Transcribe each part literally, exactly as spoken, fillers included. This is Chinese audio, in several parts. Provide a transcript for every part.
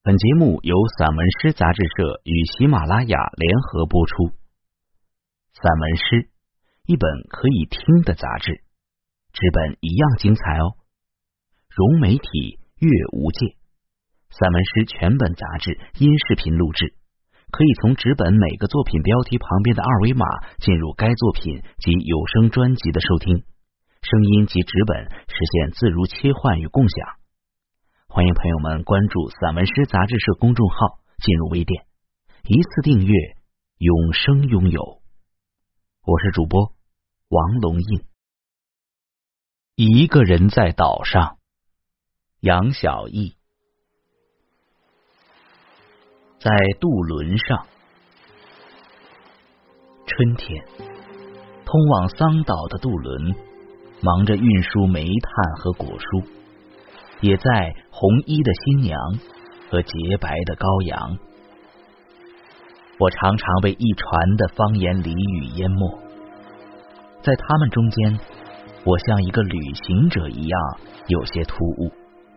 本节目由散文诗杂志社与喜马拉雅联合播出。散文诗，一本可以听的杂志，纸本一样精彩哦。融媒体阅无界，散文诗全本杂志音视频录制，可以从纸本每个作品标题旁边的二维码进入该作品及有声专辑的收听，声音及纸本实现自如切换与共享。欢迎朋友们关注散文诗杂志社公众号，进入微店，一次订阅，永生拥有。我是主播王龙印。一个人在岛上，杨小艺。在渡轮上，春天，通往桑岛的渡轮忙着运输煤炭和果蔬，也在红衣的新娘和洁白的羔羊。我常常被一船的方言俚语淹没，在他们中间，我像一个旅行者一样有些突兀。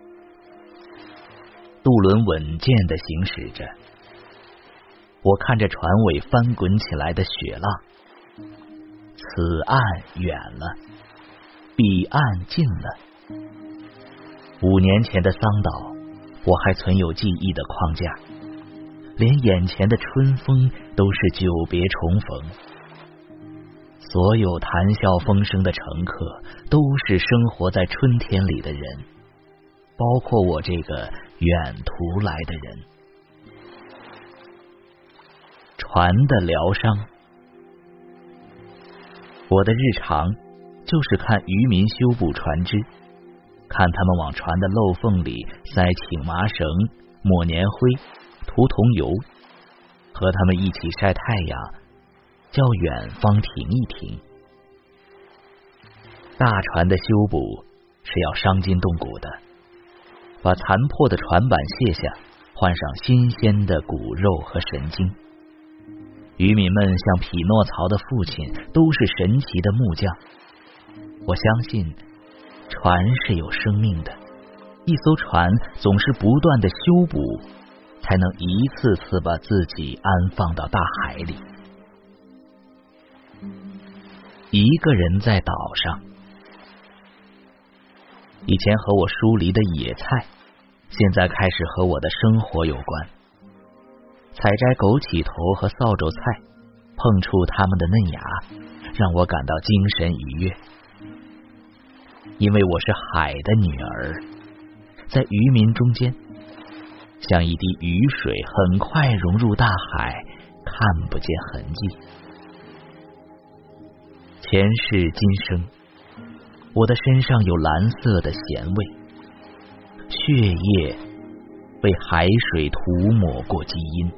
渡轮稳健地行驶着，我看着船尾翻滚起来的雪浪，此岸远了，彼岸近了。五年前的桑岛，我还存有记忆的框架，连眼前的春风都是久别重逢。所有谈笑风生的乘客都是生活在春天里的人，包括我这个远途来的人。船的疗伤，我的日常就是看渔民修补船只，看他们往船的漏缝里塞青麻绳、抹年灰、涂桐油，和他们一起晒太阳，叫远方停一停。大船的修补是要伤筋动骨的，把残破的船板卸下，换上新鲜的骨肉和神经。渔民们像匹诺曹的父亲，都是神奇的木匠。我相信船是有生命的，一艘船总是不断的修补，才能一次次把自己安放到大海里。一个人在岛上，以前和我疏离的野菜，现在开始和我的生活有关。采摘枸杞头和扫帚菜，碰触它们的嫩芽，让我感到精神愉悦。因为我是海的女儿，在渔民中间，像一滴雨水很快融入大海，看不见痕迹。前世今生，我的身上有蓝色的咸味，血液被海水涂抹过基因。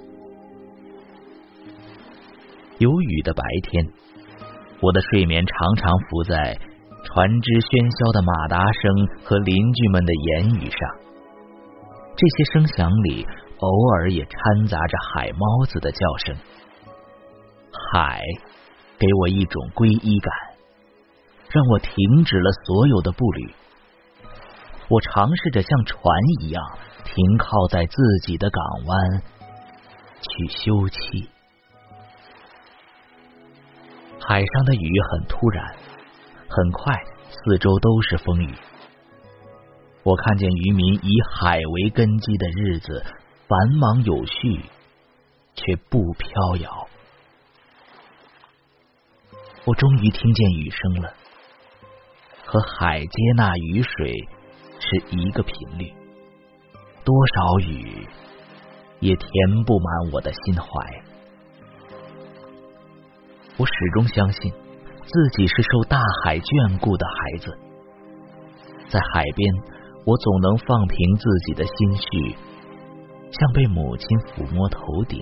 有雨的白天，我的睡眠常常浮在船只喧嚣的马达声和邻居们的言语上，这些声响里偶尔也掺杂着海猫子的叫声。海给我一种皈依感，让我停止了所有的步履。我尝试着像船一样停靠在自己的港湾，去休憩。海上的雨很突然，很快四周都是风雨。我看见渔民以海为根基的日子繁忙有序，却不飘摇。我终于听见雨声了，和海接纳雨水是一个频率，多少雨也填不满我的心怀。我始终相信自己是受大海眷顾的孩子，在海边，我总能放平自己的心绪，像被母亲抚摸头顶。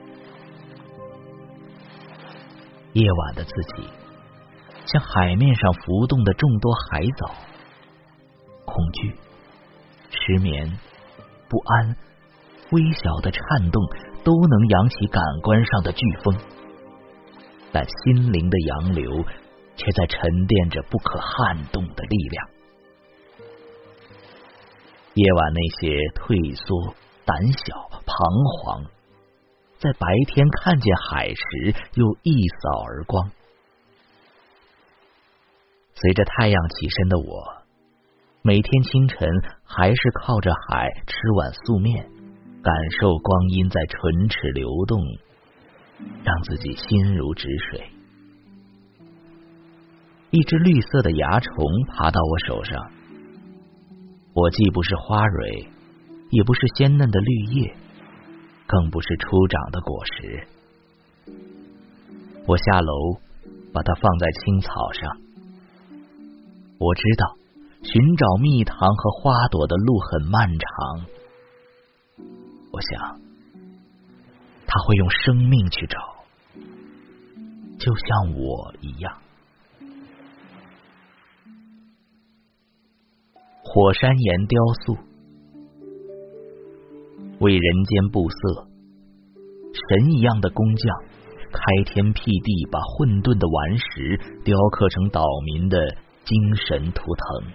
夜晚的自己，像海面上浮动的众多海藻，恐惧、失眠、不安、微小的颤动，都能扬起感官上的飓风。但心灵的洋流却在沉淀着不可撼动的力量。夜晚那些退缩、 胆小彷徨，在白天看见海时又一扫而光。随着太阳起身的我，每天清晨还是靠着海吃碗素面，感受光阴在唇齿流动，让自己心如止水。一只绿色的蚜虫爬到我手上，我既不是花蕊，也不是鲜嫩的绿叶，更不是初长的果实。我下楼把它放在青草上。我知道寻找蜜糖和花朵的路很漫长，我想它会用生命去找，就像我一样。火山岩雕塑，为人间布色，神一样的工匠开天辟地，把混沌的顽石雕刻成岛民的精神图腾。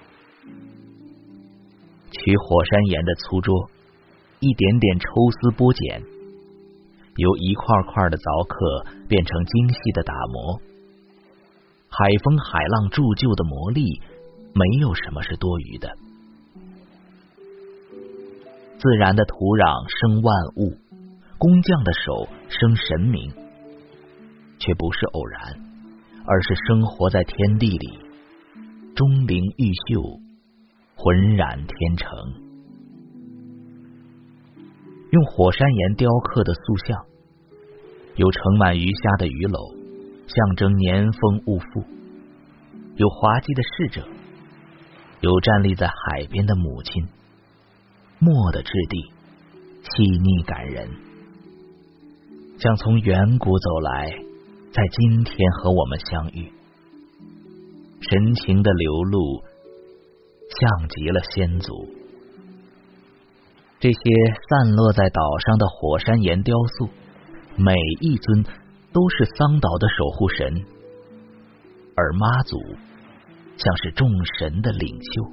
取火山岩的粗拙，一点点抽丝剥茧，由一块块的凿刻变成精细的打磨。海风海浪铸就的魔力，没有什么是多余的。自然的土壤生万物，工匠的手生神明，却不是偶然，而是生活在天地里，钟灵毓秀，浑然天成。用火山岩雕刻的塑像，有盛满鱼虾的鱼篓，象征年丰物富；有滑稽的逝者，有站立在海边的母亲，墨的质地细腻感人，像从远古走来，在今天和我们相遇。神情的流露像极了先祖。这些散落在岛上的火山岩雕塑，每一尊都是桑岛的守护神，而妈祖像是众神的领袖。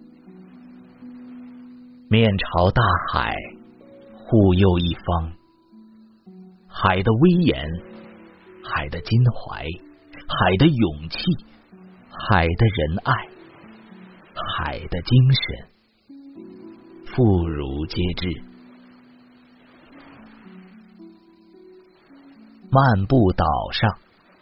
面朝大海，护佑一方，海的威严，海的襟怀，海的勇气，海的仁爱，海的精神，妇孺皆知。漫步岛上，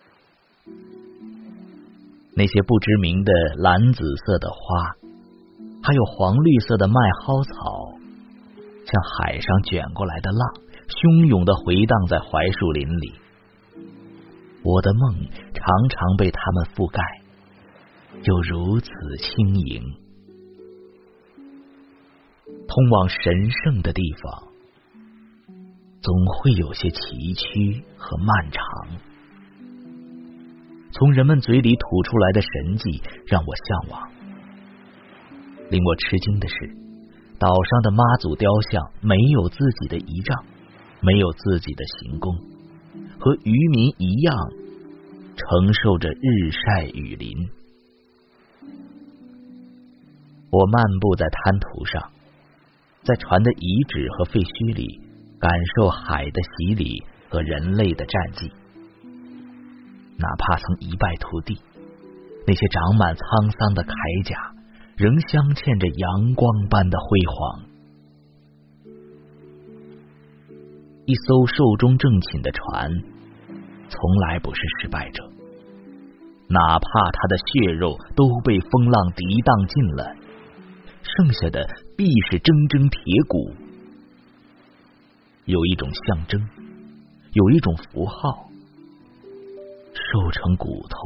那些不知名的蓝紫色的花，还有黄绿色的麦蒿草，像海上卷过来的浪，汹涌地回荡在槐树林里。我的梦常常被它们覆盖，又如此轻盈。通往神圣的地方，总会有些崎岖和漫长。从人们嘴里吐出来的神迹让我向往。令我吃惊的是，岛上的妈祖雕像没有自己的仪仗，没有自己的行宫，和渔民一样承受着日晒雨淋。我漫步在滩涂上，在船的遗址和废墟里，感受海的洗礼和人类的战绩。哪怕曾一败涂地，那些长满沧桑的铠甲仍镶嵌着阳光般的辉煌。一艘寿终正寝的船从来不是失败者，哪怕他的血肉都被风浪涤荡尽了，剩下的必是铮铮铁骨。有一种象征，有一种符号，瘦成骨头。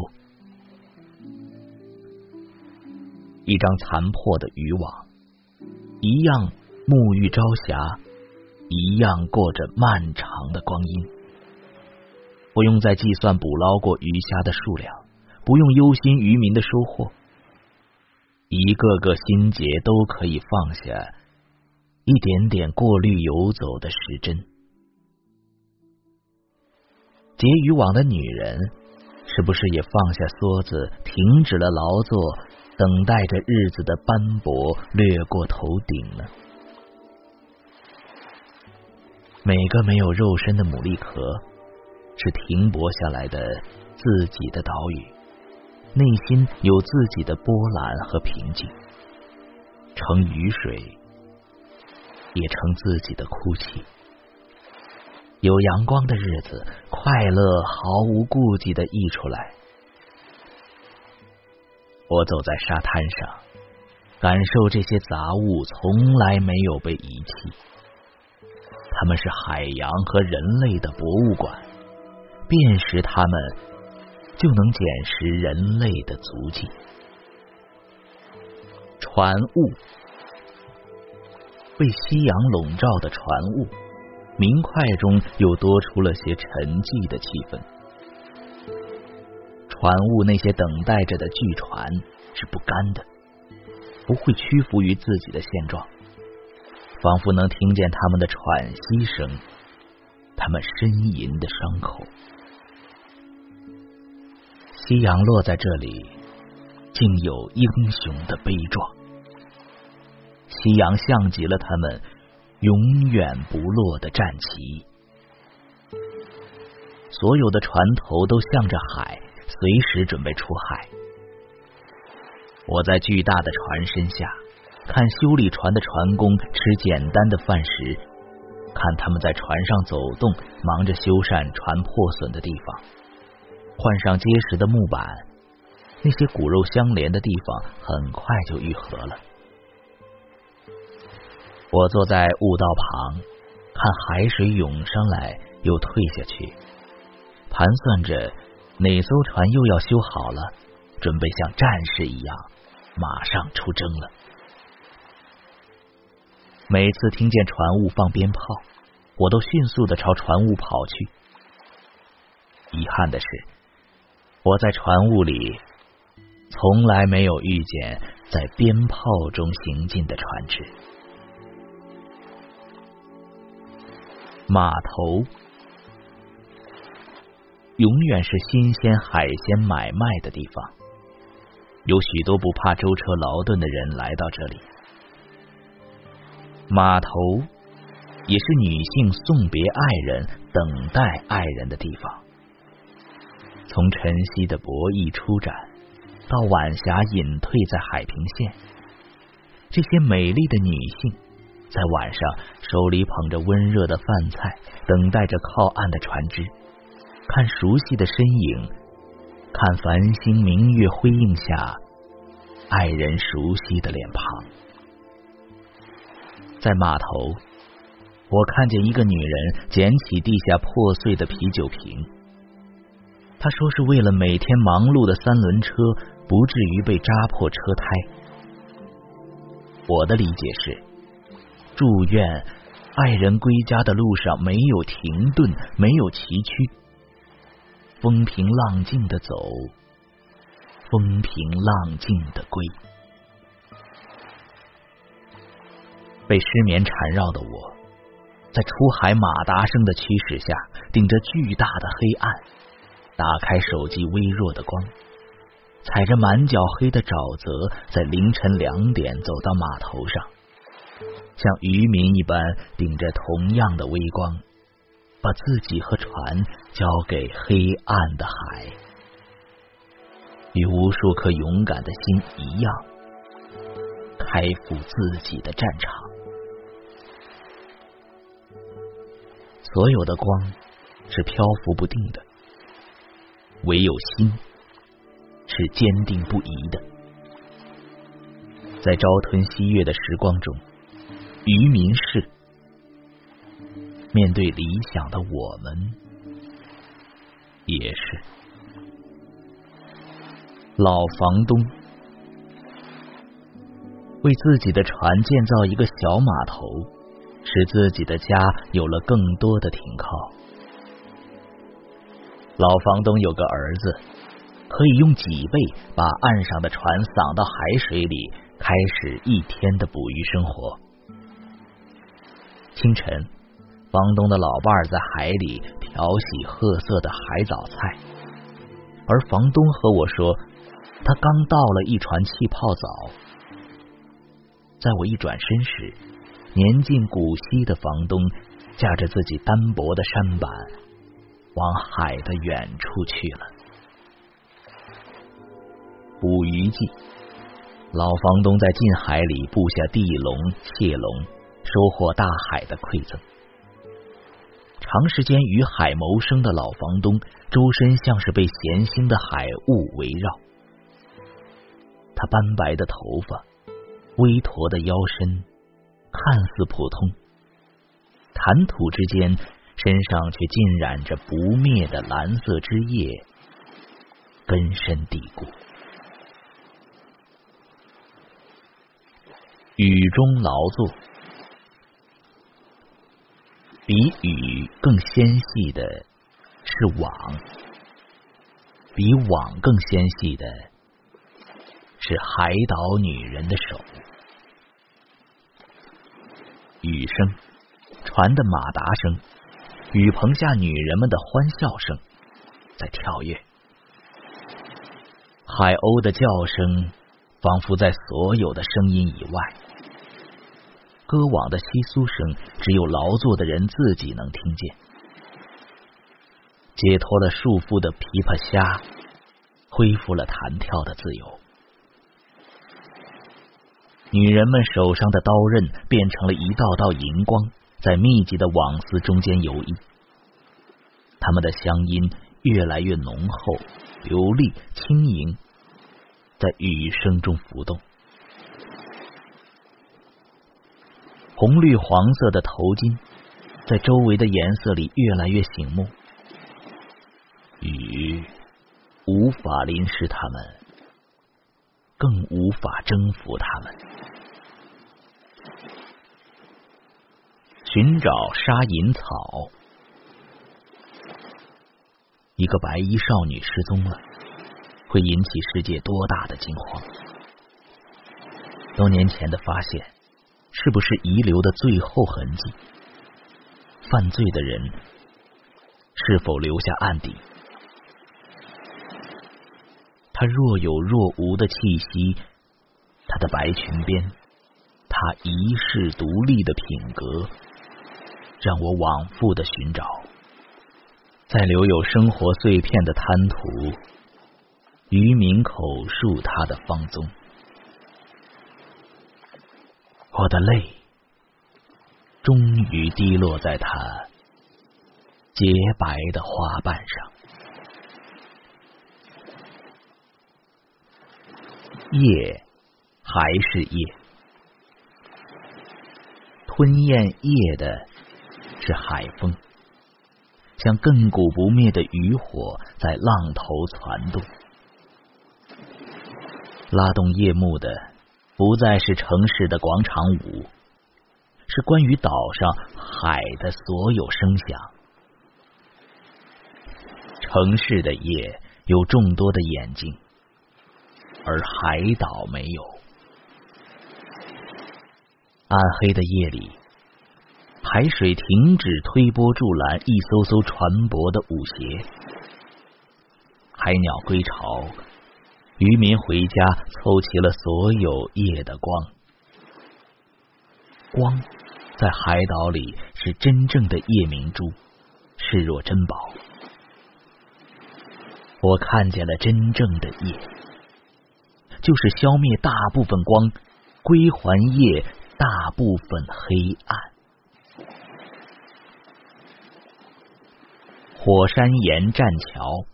一张残破的渔网，一样沐浴朝霞，一样过着漫长的光阴。不用再计算捕捞过鱼虾的数量，不用忧心渔民的收获，一个个心结都可以放下，一点点过滤游走的时针。结渔网的女人是不是也放下梭子，停止了劳作，等待着日子的斑驳掠过头顶呢？ 每个没有肉身的牡蛎壳，是停泊下来的自己的岛屿，内心有自己的波澜和平静，成雨水，也成自己的哭泣。有阳光的日子，快乐毫无顾忌地溢出来。我走在沙滩上，感受这些杂物从来没有被遗弃，它们是海洋和人类的博物馆，辨识它们就能捡拾人类的足迹。船雾，被夕阳笼罩的船雾，明快中又多出了些沉寂的气氛。船坞那些等待着的巨船是不甘的，不会屈服于自己的现状，仿佛能听见他们的喘息声，他们呻吟的伤口。夕阳落在这里，竟有英雄的悲壮。夕阳像极了他们永远不落的战旗。所有的船头都向着海，随时准备出海。我在巨大的船身下，看修理船的船工吃简单的饭食，看他们在船上走动，忙着修缮船破损的地方，换上结实的木板，那些骨肉相连的地方很快就愈合了。我坐在雾道旁，看海水涌上来又退下去，盘算着哪艘船又要修好了，准备像战士一样马上出征了。每次听见船坞放鞭炮，我都迅速地朝船坞跑去。遗憾的是，我在船坞里从来没有遇见在鞭炮中行进的船只。码头永远是新鲜海鲜买卖的地方，有许多不怕舟车劳顿的人来到这里。码头也是女性送别爱人、等待爱人的地方。从晨曦的博弈出展，到晚霞隐退在海平线，这些美丽的女性在晚上手里捧着温热的饭菜，等待着靠岸的船只，看熟悉的身影，看繁星明月辉映下爱人熟悉的脸庞。在码头，我看见一个女人捡起地下破碎的啤酒瓶，她说是为了每天忙碌的三轮车不至于被扎破车胎。我的理解是，祝愿爱人归家的路上没有停顿，没有崎岖，风平浪静的走，风平浪静的归。被失眠缠绕的我，在出海马达声的驱使下，顶着巨大的黑暗，打开手机微弱的光，踩着满脚黑的沼泽，在凌晨两点走到码头上，像渔民一般顶着同样的微光，把自己和船交给黑暗的海，与无数颗勇敢的心一样，开赴自己的战场。所有的光是漂浮不定的，唯有心是坚定不移的。在朝吞夕月的时光中，渔民是面对理想的我们，也是老房东为自己的船建造一个小码头，使自己的家有了更多的停靠。老房东有个儿子，可以用几倍把岸上的船撒到海水里，开始一天的捕鱼生活。清晨，房东的老伴儿在海里调洗褐色的海藻菜，而房东和我说，他刚倒了一船气泡澡。在我一转身时，年近古稀的房东驾着自己单薄的舢板往海的远处去了。捕鱼季，老房东在近海里布下地笼、蟹笼，收获大海的馈赠。长时间与海谋生的老房东，周身像是被咸腥的海雾围绕。他斑白的头发，微驼的腰身，看似普通，谈吐之间，身上却浸染着不灭的蓝色之夜，根深蒂固。雨中劳作，比雨更纤细的是网，比网更纤细的是海岛女人的手。雨声，船的马达声，雨棚下女人们的欢笑声在跳跃，海鸥的叫声仿佛在所有的声音以外，歌网的窸窣声只有劳作的人自己能听见。解脱了束缚的琵琶虾恢复了弹跳的自由，女人们手上的刀刃变成了一道道银光，在密集的网丝中间游弋，它们的香音越来越浓厚、流利、轻盈，在雨声中浮动。红绿黄色的头巾在周围的颜色里越来越醒目，雨无法淋湿它们，更无法征服它们。寻找沙银草，一个白衣少女失踪了，会引起世界多大的惊慌？多年前的发现，是不是遗留的最后痕迹？犯罪的人是否留下案底？他若有若无的气息，他的白裙边，他一世独立的品格，让我往复的寻找，在留有生活碎片的滩涂，渔民口述他的芳踪。我的泪终于滴落在他洁白的花瓣上。夜还是夜，吞咽夜的是海风，像亘古不灭的渔火在浪头攒动。拉动夜幕的不再是城市的广场舞，是关于岛上海的所有声响。城市的夜有众多的眼睛，而海岛没有。暗黑的夜里，海水停止推波助澜一艘艘船舶的舞鞋，海鸟归巢，渔民回家，凑齐了所有夜的光。光在海岛里是真正的夜明珠，视若珍宝。我看见了真正的夜，就是消灭大部分光，归还夜大部分黑暗。火山岩栈桥，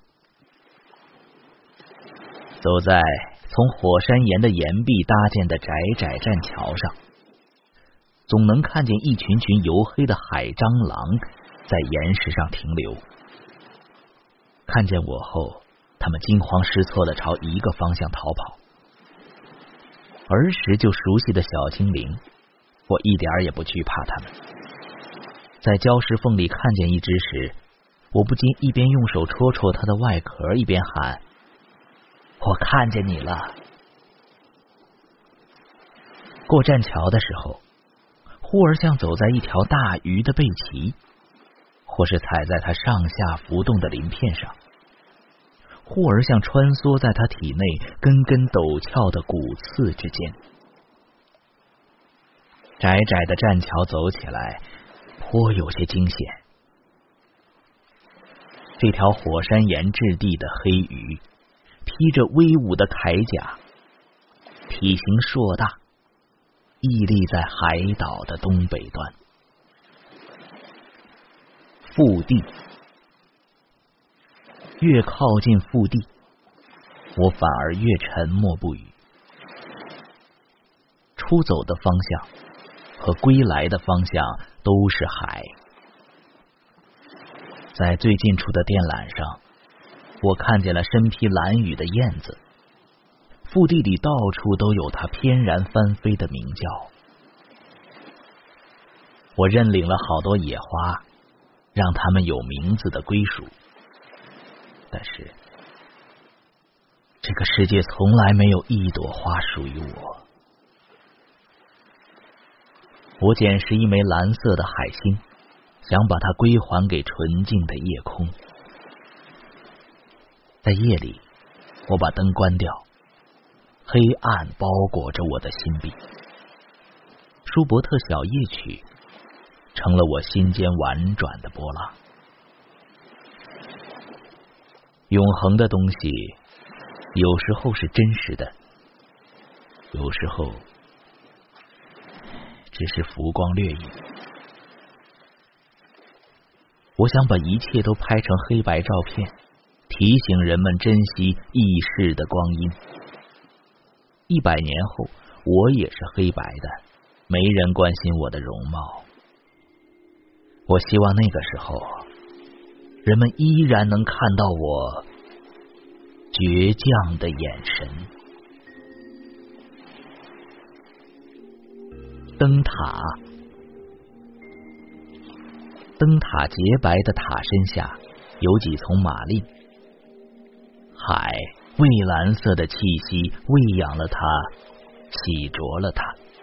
走在从火山岩的岩壁搭建的窄窄栈桥上，总能看见一群群黝黑的海蟑螂在岩石上停留。看见我后，他们惊慌失措地朝一个方向逃跑。儿时就熟悉的小精灵，我一点也不惧怕他们。在礁石缝里看见一只时，我不禁一边用手戳戳它的外壳，一边喊：我看见你了。过栈桥的时候，忽而像走在一条大鱼的背鳍，或是踩在它上下浮动的鳞片上，忽而像穿梭在它体内根根陡峭的骨刺之间。窄窄的栈桥走起来， 颇有些惊险。这条火山岩质地的黑鱼，披着威武的铠甲，体型硕大，屹立在海岛的东北端。腹地，越靠近腹地，我反而越沉默不语。出走的方向和归来的方向都是海。在最近处的电缆上，我看见了身披蓝羽的燕子，腹地里到处都有它翩然翻飞的鸣叫。我认领了好多野花，让它们有名字的归属。但是这个世界从来没有一朵花属于我。我捡拾一枚蓝色的海星，想把它归还给纯净的夜空。在夜里，我把灯关掉，黑暗包裹着我的心壁。舒伯特小夜曲成了我心间婉转的波浪。永恒的东西有时候是真实的，有时候只是浮光掠影。我想把一切都拍成黑白照片，提醒人们珍惜易逝的光阴。一百年后，我也是黑白的，没人关心我的容貌。我希望那个时候，人们依然能看到我倔强的眼神。灯塔，灯塔洁白的塔身下有几丛马令，海蔚蓝色的气息喂养了它，洗濯了它。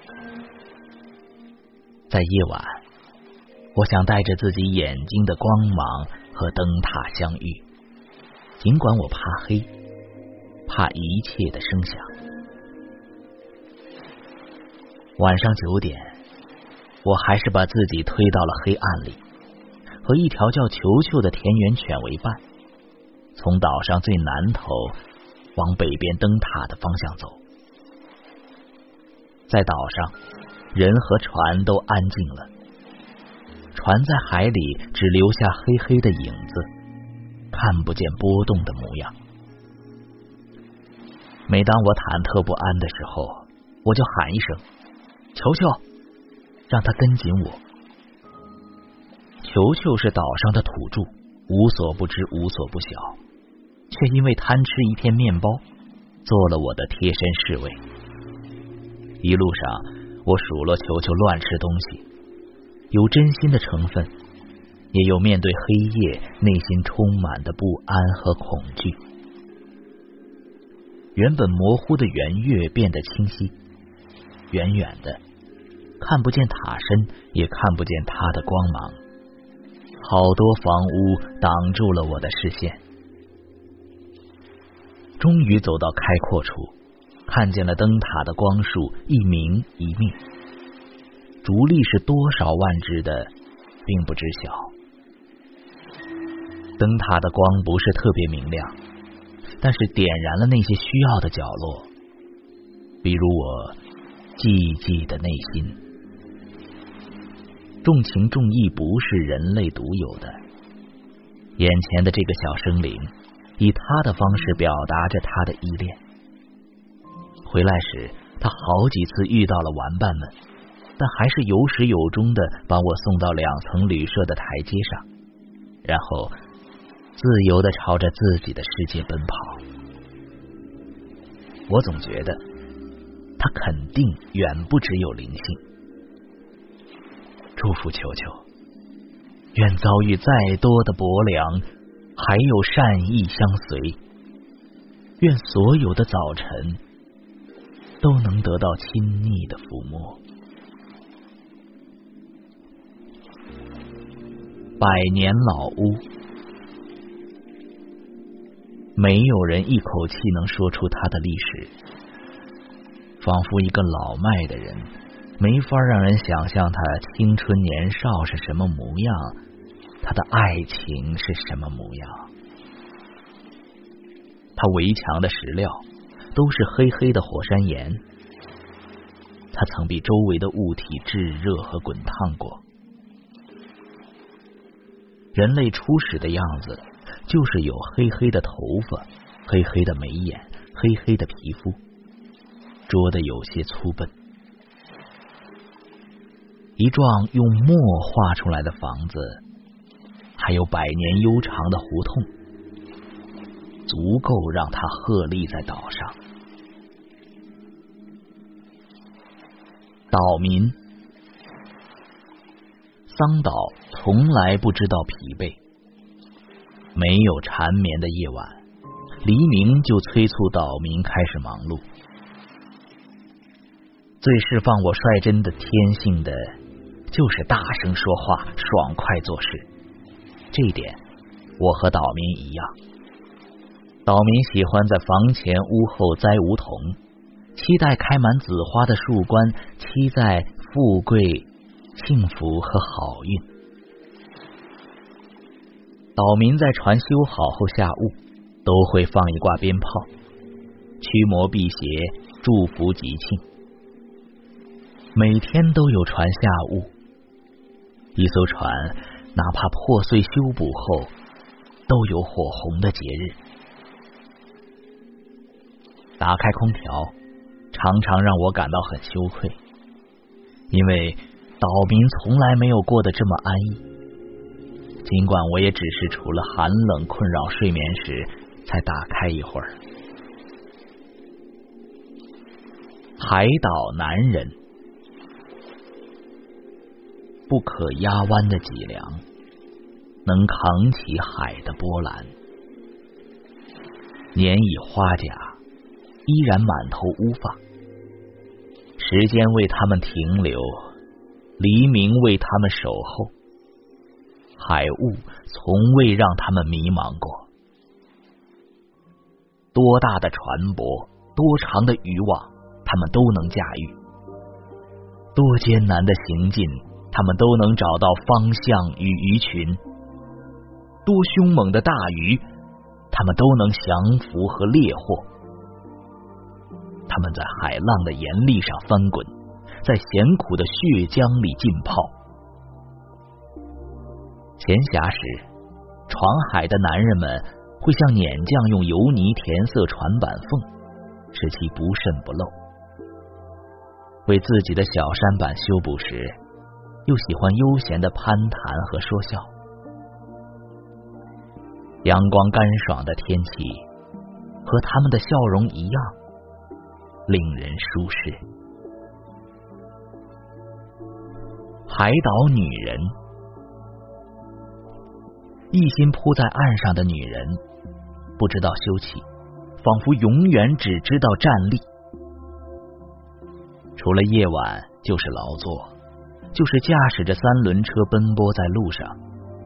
在夜晚，我想带着自己眼睛的光芒和灯塔相遇，尽管我怕黑，怕一切的声响。晚上九点，我还是把自己推到了黑暗里，和一条叫球球的田园犬为伴，从岛上最南头往北边灯塔的方向走。在岛上，人和船都安静了，船在海里只留下黑黑的影子，看不见波动的模样。每当我忐忑不安的时候，我就喊一声球球，让他跟紧我。球球是岛上的土著，无所不知无所不晓，却因为贪吃一片面包，做了我的贴身侍卫。一路上我数落球球乱吃东西，有真心的成分，也有面对黑夜内心充满的不安和恐惧。原本模糊的圆月变得清晰，远远的看不见塔身，也看不见它的光芒，好多房屋挡住了我的视线。终于走到开阔处，看见了灯塔的光束一明一灭，竹粒是多少万只的并不知晓。灯塔的光不是特别明亮，但是点燃了那些需要的角落，比如我寂寂的内心。重情重义不是人类独有的，眼前的这个小生灵以他的方式表达着他的依恋。回来时，他好几次遇到了玩伴们，但还是有始有终的把我送到两层旅社的台阶上，然后自由的朝着自己的世界奔跑。我总觉得他肯定远不只有灵性。祝福球球，愿遭遇再多的薄凉，还有善意相随。愿所有的早晨都能得到亲昵的抚摸。百年老屋，没有人一口气能说出它的历史，仿佛一个老迈的人没法让人想象他青春年少是什么模样，他的爱情是什么模样。他围墙的石料都是黑黑的火山岩，他曾被周围的物体炙热和滚烫过。人类初始的样子就是有黑黑的头发，黑黑的眉眼，黑黑的皮肤，捉得有些粗笨。一幢用墨画出来的房子，还有百年悠长的胡同，足够让他鹤立在岛上。岛民，桑岛从来不知道疲惫，没有缠绵的夜晚，黎明就催促岛民开始忙碌。最释放我率真的天性的就是大声说话，爽快做事。这一点我和岛民一样。岛民喜欢在房前屋后栽梧桐，期待开满紫花的树冠期在富贵、幸福和好运。岛民在船修好后下雾，都会放一挂鞭炮，驱魔辟邪，祝福吉庆。每天都有船下雾，一艘船哪怕破碎修补后，都有火红的节日。打开空调，常常让我感到很羞愧，因为岛民从来没有过得这么安逸。尽管我也只是除了寒冷困扰睡眠时才打开一会儿。海岛男人，不可压弯的脊梁，能扛起海的波澜。年已花甲，依然满头乌发。时间为他们停留，黎明为他们守候，海雾从未让他们迷茫过。多大的船舶，多长的渔网，他们都能驾驭；多艰难的行进，他们都能找到方向与鱼群；多凶猛的大鱼，他们都能降服和猎获。他们在海浪的岩砾上翻滚，在咸苦的血浆里浸泡。闲暇时，闯海的男人们会像碾匠用油泥填塞船板缝，使其不渗不漏。为自己的小舢板修补时，又喜欢悠闲的攀谈和说笑。阳光干爽的天气和他们的笑容一样，令人舒适。海岛女人，一心扑在岸上的女人，不知道休憩，仿佛永远只知道站立。除了夜晚就是劳作，就是驾驶着三轮车奔波在路上。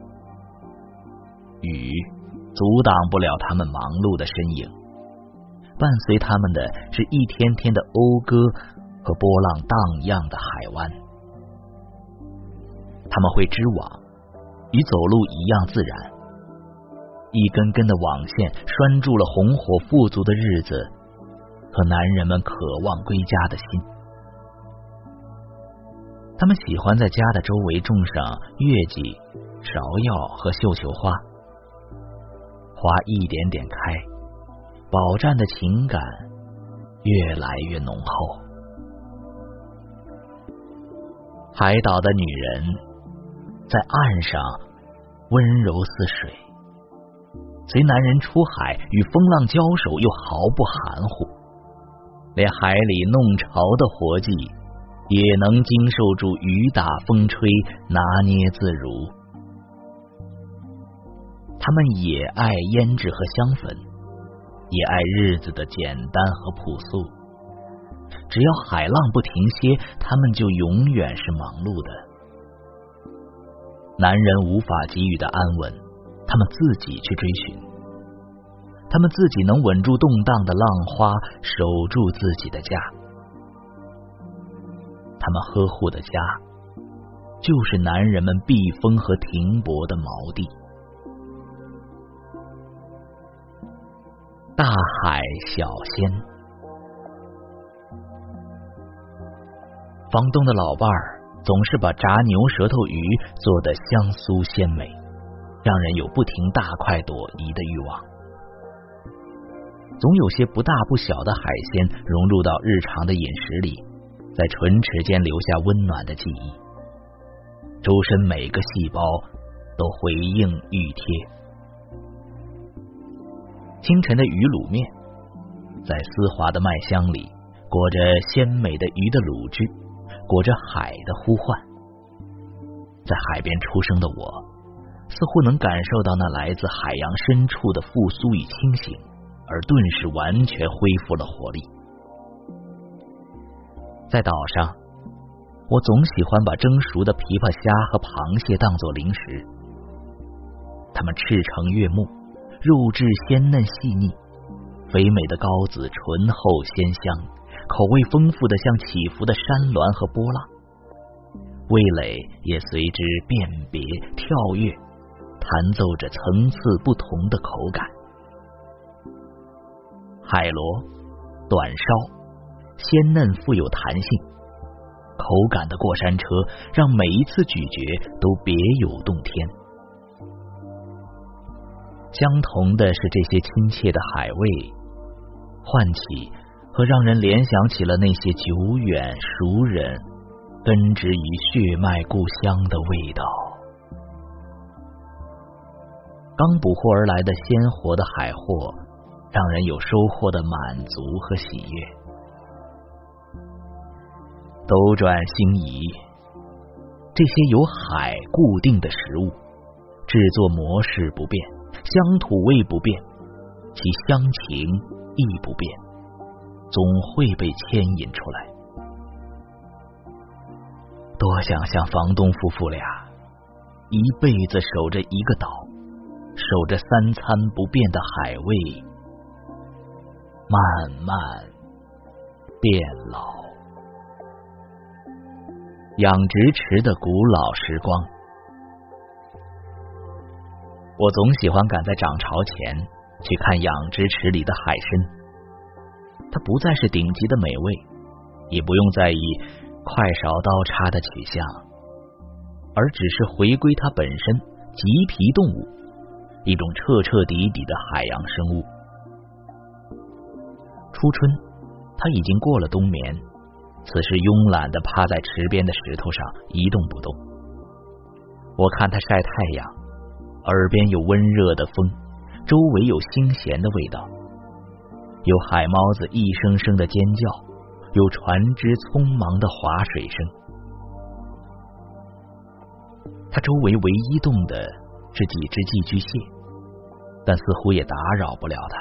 雨阻挡不了他们忙碌的身影，伴随他们的是一天天的讴歌和波浪荡漾的海湾。他们会织网，与走路一样自然。一根根的网线拴住了红火富足的日子和男人们渴望归家的心。他们喜欢在家的周围种上月季、芍药和绣球花，花一点点开，饱蘸的情感越来越浓厚。海岛的女人在岸上温柔似水，随男人出海与风浪交手又毫不含糊，连海里弄潮的活计也能经受住雨打风吹，拿捏自如。他们也爱胭脂和香粉，也爱日子的简单和朴素。只要海浪不停歇，他们就永远是忙碌的。男人无法给予的安稳，他们自己去追寻。他们自己能稳住动荡的浪花，守住自己的家。他们呵护的家，就是男人们避风和停泊的锚地。大海小鲜，房东的老伴儿总是把炸牛舌头鱼做得香酥鲜美，让人有不停大快朵颐的欲望。总有些不大不小的海鲜融入到日常的饮食里，在唇齿间留下温暖的记忆，周身每个细胞都回应熨贴。清晨的鱼卤面，在丝滑的麦香里裹着鲜美的鱼的卤汁，裹着海的呼唤。在海边出生的我，似乎能感受到那来自海洋深处的复苏与清醒，而顿时完全恢复了活力。在岛上，我总喜欢把蒸熟的琵琶虾和螃蟹当作零食，它们赤诚悦目，肉质鲜嫩细腻，肥美的膏子醇厚鲜香，口味丰富的像起伏的山峦和波浪，味蕾也随之辨别跳跃，弹奏着层次不同的口感。海螺短烧，鲜嫩富有弹性，口感的过山车让每一次咀嚼都别有洞天。相同的是这些亲切的海味，唤起和让人联想起了那些久远熟人根植于血脉故乡的味道。刚捕获而来的鲜活的海货，让人有收获的满足和喜悦。斗转星移，这些由海固定的食物，制作模式不变，乡土味不变，其乡情亦不变，总会被牵引出来。多想像房东夫妇俩，一辈子守着一个岛，守着三餐不变的海味，慢慢变老。养殖池的古老时光，我总喜欢赶在涨潮前去看养殖池里的海参。它不再是顶级的美味，也不用在意快勺刀叉的取向，而只是回归它本身，棘皮动物，一种彻彻底底的海洋生物。初春，它已经过了冬眠，此时慵懒地趴在池边的石头上一动不动。我看它晒太阳，耳边有温热的风，周围有腥咸的味道，有海猫子一声声的尖叫，有船只匆忙的划水声。它周围唯一动的是几只寄居蟹，但似乎也打扰不了它。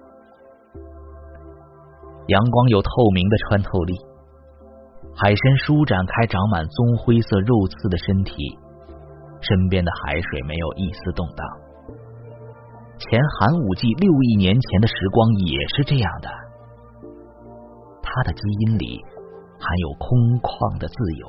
阳光有透明的穿透力，海参舒展开长满棕灰色肉刺的身体，身边的海水没有一丝动荡。前寒武纪六亿年前的时光也是这样的，它的基因里含有空旷的自由。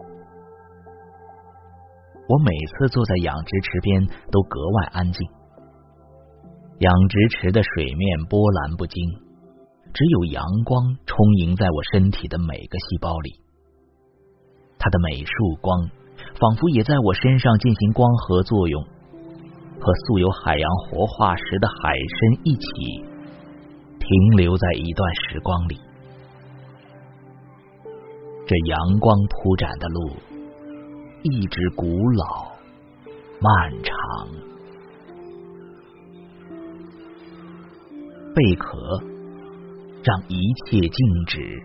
我每次坐在养殖池边都格外安静，养殖池的水面波澜不惊，只有阳光充盈在我身体的每个细胞里，它的美束光仿佛也在我身上进行光合作用，和素有海洋活化石的海参一起停留在一段时光里。这阳光铺展的路一直古老漫长。贝壳让一切静止，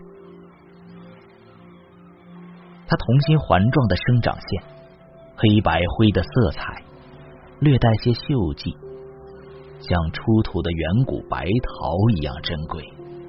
它同心环状的生长线，黑白灰的色彩，略带些锈迹，像出土的远古白陶一样珍贵。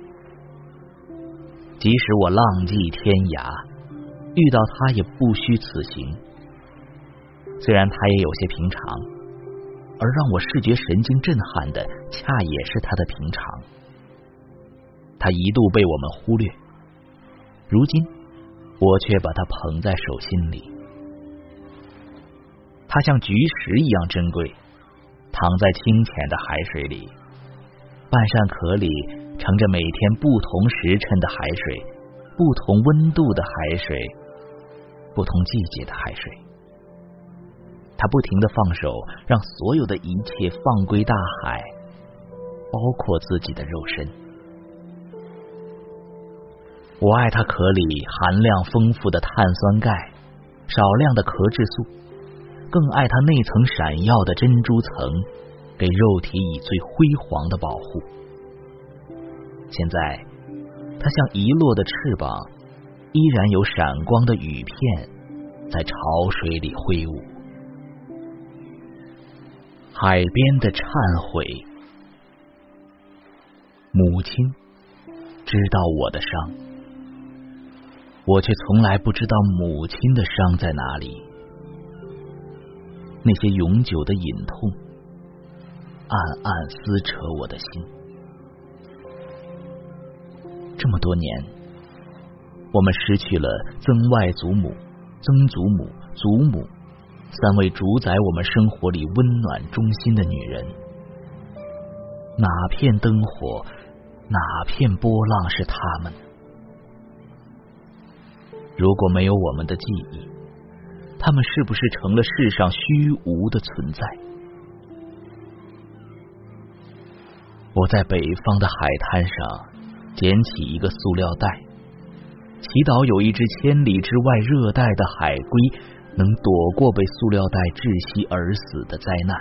即使我浪迹天涯，遇到它也不虚此行。虽然它也有些平常，而让我视觉神经震撼的恰也是它的平常。它一度被我们忽略，如今我却把它捧在手心里。它像菊石一样珍贵，躺在清浅的海水里，半扇壳里盛着每天不同时辰的海水，不同温度的海水，不同季节的海水。他不停地放手，让所有的一切放归大海，包括自己的肉身。我爱它壳里含量丰富的碳酸钙，少量的壳质素，更爱它内层闪耀的珍珠层，给肉体以最辉煌的保护。现在它像遗落的翅膀，依然有闪光的雨片在潮水里挥舞。海边的忏悔。母亲知道我的伤，我却从来不知道母亲的伤在哪里。那些永久的隐痛，暗暗撕扯我的心。这么多年，我们失去了曾外祖母、曾祖母、祖母三位主宰我们生活里温暖中心的女人。哪片灯火，哪片波浪是他们？如果没有我们的记忆，他们是不是成了世上虚无的存在？我在北方的海滩上捡起一个塑料袋，祈祷有一只千里之外热带的海龟能躲过被塑料袋窒息而死的灾难。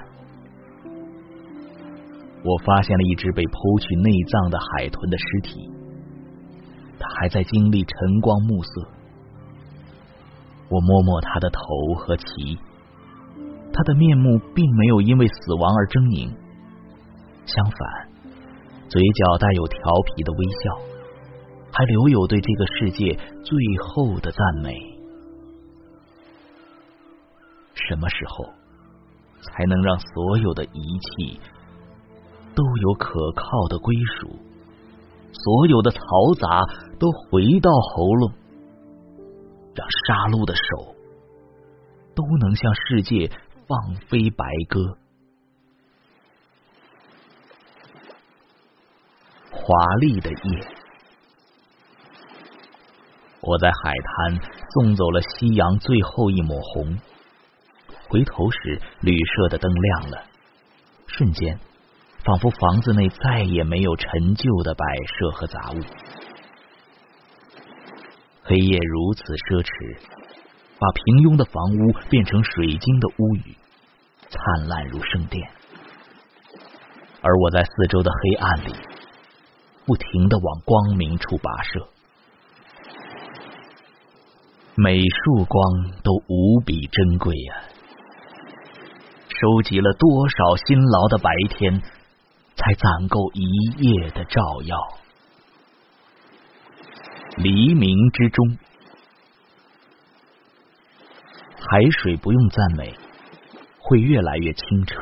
我发现了一只被剖去内脏的海豚的尸体，它还在经历晨光暮色。我摸摸它的头和鳍，它的面目并没有因为死亡而狰狞，相反，嘴角带有调皮的微笑，还留有对这个世界最后的赞美。什么时候才能让所有的仪器都有可靠的归属，所有的嘈杂都回到喉咙，让杀戮的手都能向世界放飞白鸽？华丽的夜，我在海滩送走了夕阳最后一抹红，回头时旅社的灯亮了，瞬间仿佛房子内再也没有陈旧的摆设和杂物。黑夜如此奢侈，把平庸的房屋变成水晶的屋宇，灿烂如圣殿。而我在四周的黑暗里不停地往光明处跋涉。每束光都无比珍贵呀、啊，收集了多少辛劳的白天，才攒够一夜的照耀。黎明之中，海水不用赞美，会越来越清澈。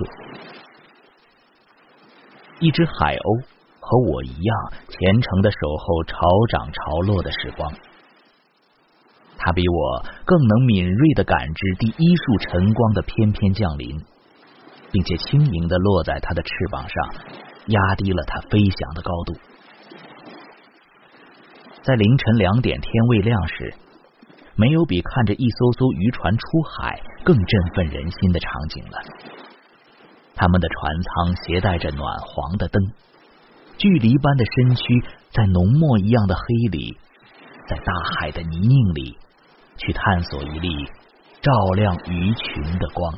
一只海鸥和我一样虔诚地守候潮涨潮落的时光，它比我更能敏锐地感知第一束晨光的翩翩降临，并且轻盈地落在它的翅膀上，压低了它飞翔的高度。在凌晨两点天未亮时，没有比看着一艘艘渔船出海更振奋人心的场景了。他们的船舱携带着暖黄的灯，距离般的身躯在浓墨一样的黑里，在大海的泥泞里去探索一粒照亮鱼群的光。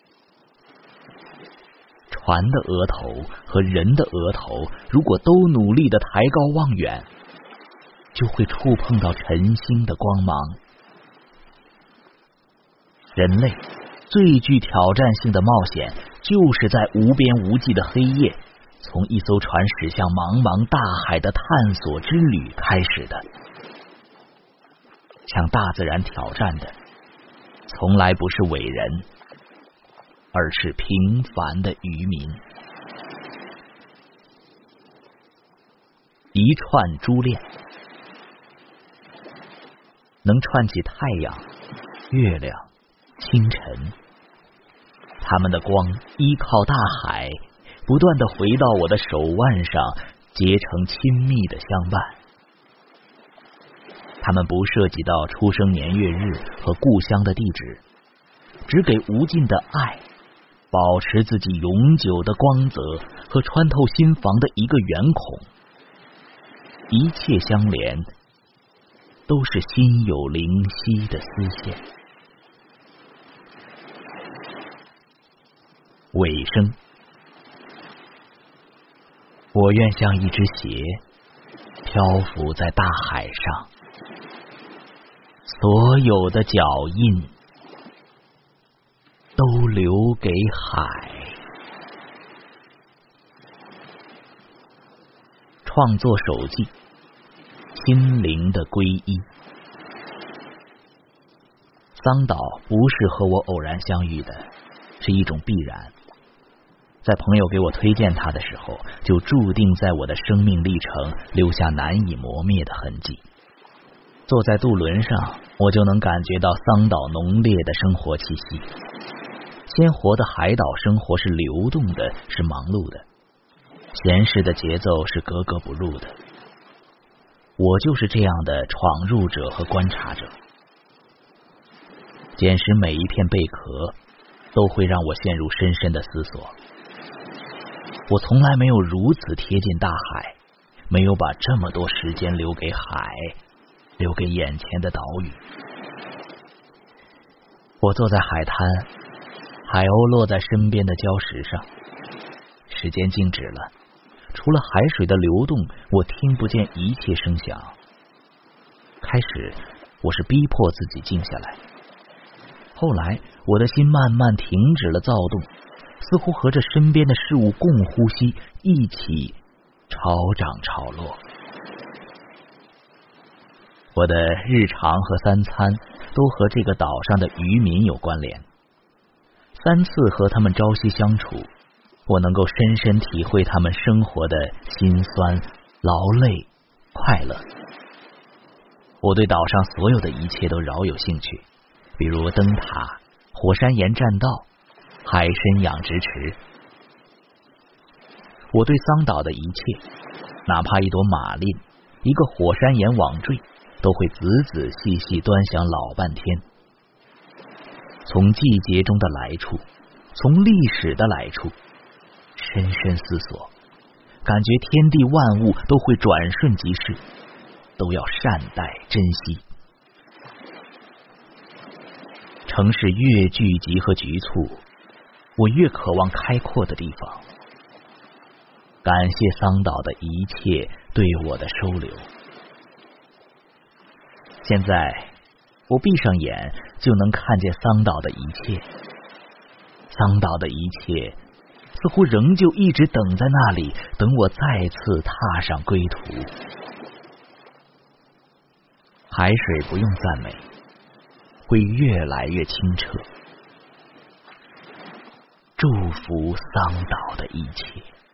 船的额头和人的额头如果都努力地抬高望远，就会触碰到晨星的光芒。人类最具挑战性的冒险，就是在无边无际的黑夜，从一艘船驶向茫茫大海的探索之旅开始的。向大自然挑战的，从来不是伟人，而是平凡的渔民。一串珠链， 能串起太阳、月亮、清晨。它们的光依靠大海，不断地回到我的手腕上，结成亲密的相伴。它们不涉及到出生年月日和故乡的地址，只给无尽的爱，保持自己永久的光泽和穿透心房的一个圆孔。一切相连，都是心有灵犀的丝线。尾声，我愿像一只鞋，漂浮在大海上，所有的脚印都留给海。创作手记，心灵的皈依。桑岛不是和我偶然相遇的，是一种必然。在朋友给我推荐它的时候，就注定在我的生命历程留下难以磨灭的痕迹。坐在渡轮上，我就能感觉到桑岛浓烈的生活气息。鲜活的海岛生活是流动的，是忙碌的，闲适的节奏是格格不入的。我就是这样的闯入者和观察者。捡拾每一片贝壳，都会让我陷入深深的思索。我从来没有如此贴近大海，没有把这么多时间留给海，留给眼前的岛屿。我坐在海滩，海鸥落在身边的礁石上，时间静止了，除了海水的流动，我听不见一切声响。开始，我是逼迫自己静下来，后来，我的心慢慢停止了躁动，似乎和着身边的事物共呼吸，一起潮涨潮落。我的日常和三餐都和这个岛上的渔民有关联。三次和他们朝夕相处，我能够深深体会他们生活的辛酸、劳累、快乐。我对岛上所有的一切都饶有兴趣，比如灯塔、火山岩栈道、海参养殖池。我对桑岛的一切，哪怕一朵马铃、一个火山岩网坠，都会仔仔细细端详老半天。从季节中的来处，从历史的来处，深深思索，感觉天地万物都会转瞬即逝，都要善待珍惜。城市越聚集和局促，我越渴望开阔的地方。感谢桑岛的一切对我的收留。现在我闭上眼就能看见桑岛的一切，桑岛的一切似乎仍旧一直等在那里，等我再次踏上归途。海水不用赞美，会越来越清澈。祝福桑岛的一切。